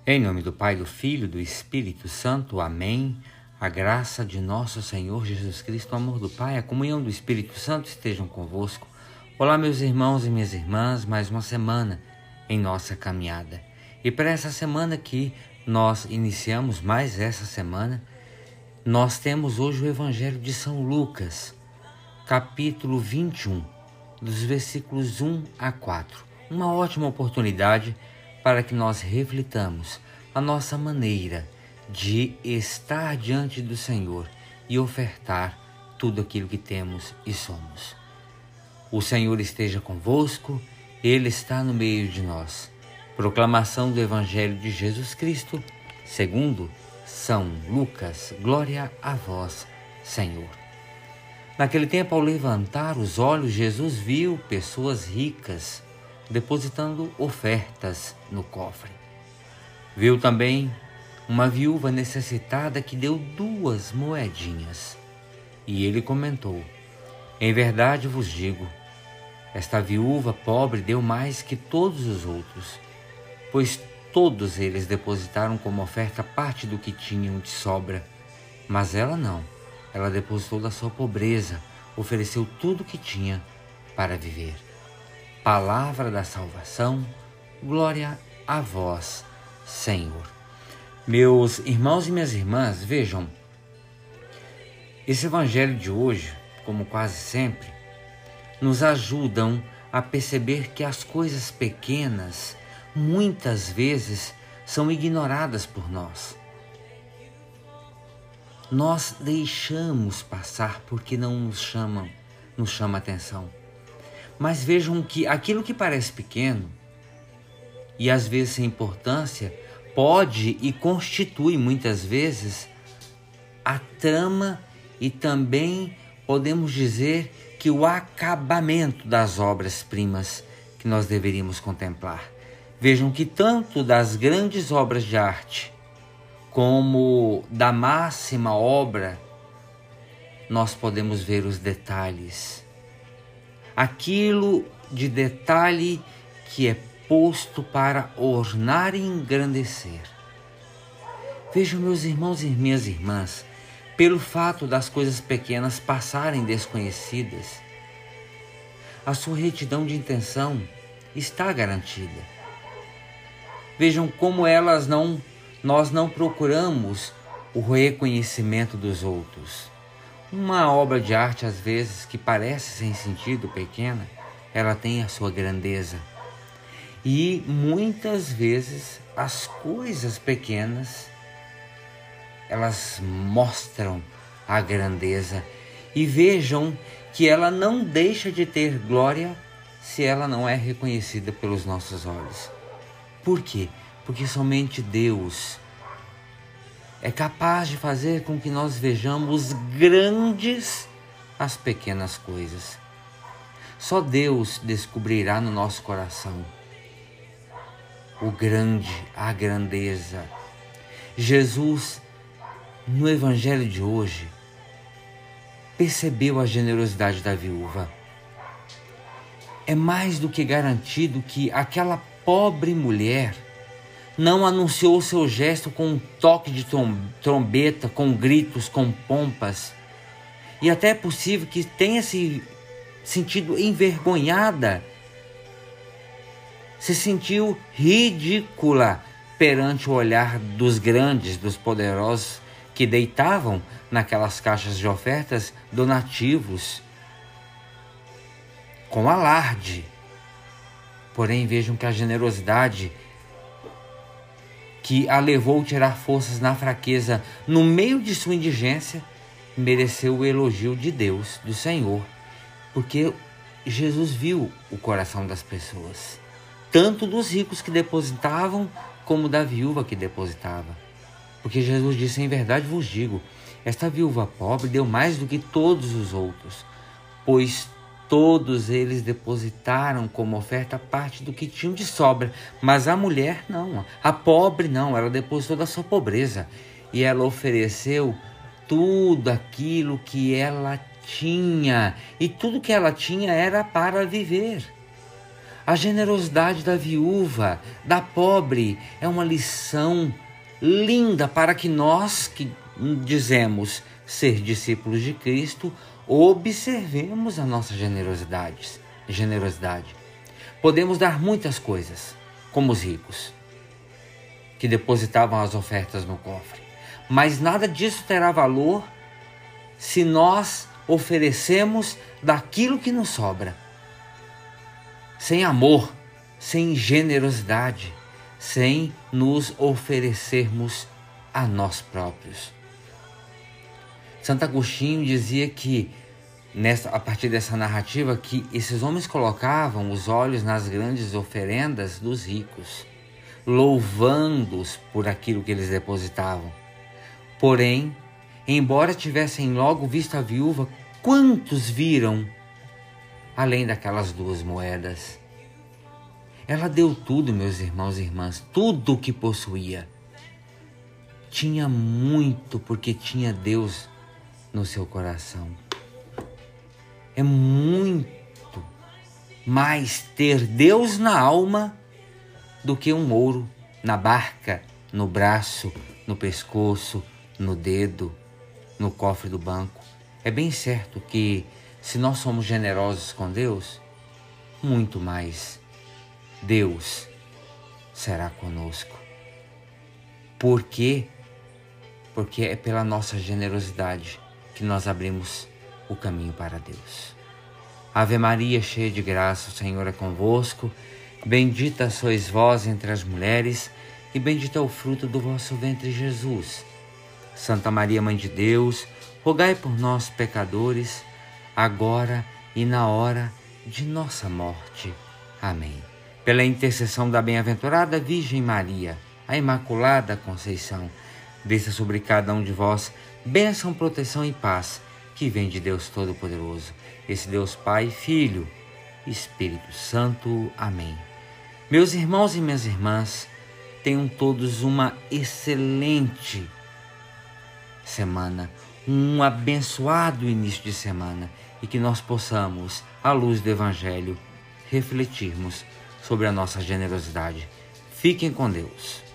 Em nome do Pai, do Filho e do Espírito Santo. Amém. A graça de nosso Senhor Jesus Cristo, o amor do Pai, a comunhão do Espírito Santo estejam convosco. Olá, meus irmãos e minhas irmãs, mais uma semana em nossa caminhada. E para essa semana que nós iniciamos, mais essa semana, nós temos hoje o Evangelho de São Lucas, capítulo 21, dos versículos 1 a 4. Uma ótima oportunidade para que nós reflitamos a nossa maneira de estar diante do Senhor e ofertar tudo aquilo que temos e somos. O Senhor esteja convosco, Ele está no meio de nós. Proclamação do Evangelho de Jesus Cristo, segundo São Lucas. Glória a vós, Senhor. Naquele tempo, ao levantar os olhos, Jesus viu pessoas ricas depositando ofertas no cofre. Viu também uma viúva necessitada que deu 2 moedinhas. E ele comentou: em verdade vos digo, esta viúva pobre deu mais que todos os outros, pois todos eles depositaram como oferta parte do que tinham de sobra. Mas ela não, ela depositou da sua pobreza, ofereceu tudo o que tinha para viver. Palavra da salvação, glória a vós, Senhor. Meus irmãos e minhas irmãs, vejam, esse evangelho de hoje, como quase sempre, nos ajudam a perceber que as coisas pequenas, muitas vezes, são ignoradas por nós. Nós deixamos passar porque não nos chama atenção. Mas vejam que aquilo que parece pequeno e às vezes sem importância pode e constitui muitas vezes a trama e também podemos dizer que o acabamento das obras-primas que nós deveríamos contemplar. Vejam que tanto das grandes obras de arte como da máxima obra nós podemos ver os detalhes. Aquilo de detalhe que é posto para ornar e engrandecer. Vejam, meus irmãos e minhas irmãs, pelo fato das coisas pequenas passarem desconhecidas, a sua retidão de intenção está garantida. Vejam como nós não procuramos o reconhecimento dos outros. Uma obra de arte, às vezes, que parece sem sentido, pequena, ela tem a sua grandeza. E muitas vezes as coisas pequenas, elas mostram a grandeza. E vejam que ela não deixa de ter glória se ela não é reconhecida pelos nossos olhos. Por quê? Porque somente Deus é capaz de fazer com que nós vejamos grandes as pequenas coisas. Só Deus descobrirá no nosso coração o grande, a grandeza. Jesus, no Evangelho de hoje, percebeu a generosidade da viúva. É mais do que garantido que aquela pobre mulher não anunciou o seu gesto com um toque de trombeta, com gritos, com pompas. E até é possível que tenha se sentido envergonhada, se sentiu ridícula perante o olhar dos grandes, dos poderosos, que deitavam naquelas caixas de ofertas donativos com alarde. Porém, vejam que a generosidade que a levou a tirar forças na fraqueza, no meio de sua indigência, mereceu o elogio de Deus, do Senhor, porque Jesus viu o coração das pessoas, tanto dos ricos que depositavam, como da viúva que depositava. Porque Jesus disse: em verdade vos digo, esta viúva pobre deu mais do que todos os outros, pois todos eles depositaram como oferta parte do que tinham de sobra. Mas a mulher não, a pobre não, ela depositou da sua pobreza. E ela ofereceu tudo aquilo que ela tinha. E tudo que ela tinha era para viver. A generosidade da viúva, da pobre, é uma lição linda para que nós, que dizemos ser discípulos de Cristo, observemos a nossa generosidade. Podemos dar muitas coisas, como os ricos, que depositavam as ofertas no cofre. Mas nada disso terá valor se nós oferecemos daquilo que nos sobra. Sem amor, sem generosidade, sem nos oferecermos a nós próprios. Santo Agostinho dizia que, a partir dessa narrativa, que esses homens colocavam os olhos nas grandes oferendas dos ricos, louvando-os por aquilo que eles depositavam. Porém, embora tivessem logo visto a viúva, quantos viram além daquelas 2 moedas? Ela deu tudo, meus irmãos e irmãs, tudo o que possuía. Tinha muito porque tinha Deus no seu coração. É muito mais ter Deus na alma do que um ouro na barca, no braço, no pescoço, no dedo, no cofre do banco. É bem certo que, se nós somos generosos com Deus, muito mais Deus será conosco. Por quê? Porque é pela nossa generosidade que nós abrimos o caminho para Deus. Ave Maria, cheia de graça, o Senhor é convosco. Bendita sois vós entre as mulheres, e bendito é o fruto do vosso ventre, Jesus. Santa Maria, Mãe de Deus, rogai por nós, pecadores, agora e na hora de nossa morte. Amém. Pela intercessão da bem-aventurada Virgem Maria, a Imaculada Conceição, desça sobre cada um de vós bênção, proteção e paz, que vem de Deus Todo-Poderoso, esse Deus Pai, Filho e Espírito Santo. Amém. Meus irmãos e minhas irmãs, tenham todos uma excelente semana, um abençoado início de semana, e que nós possamos, à luz do Evangelho, refletirmos sobre a nossa generosidade. Fiquem com Deus.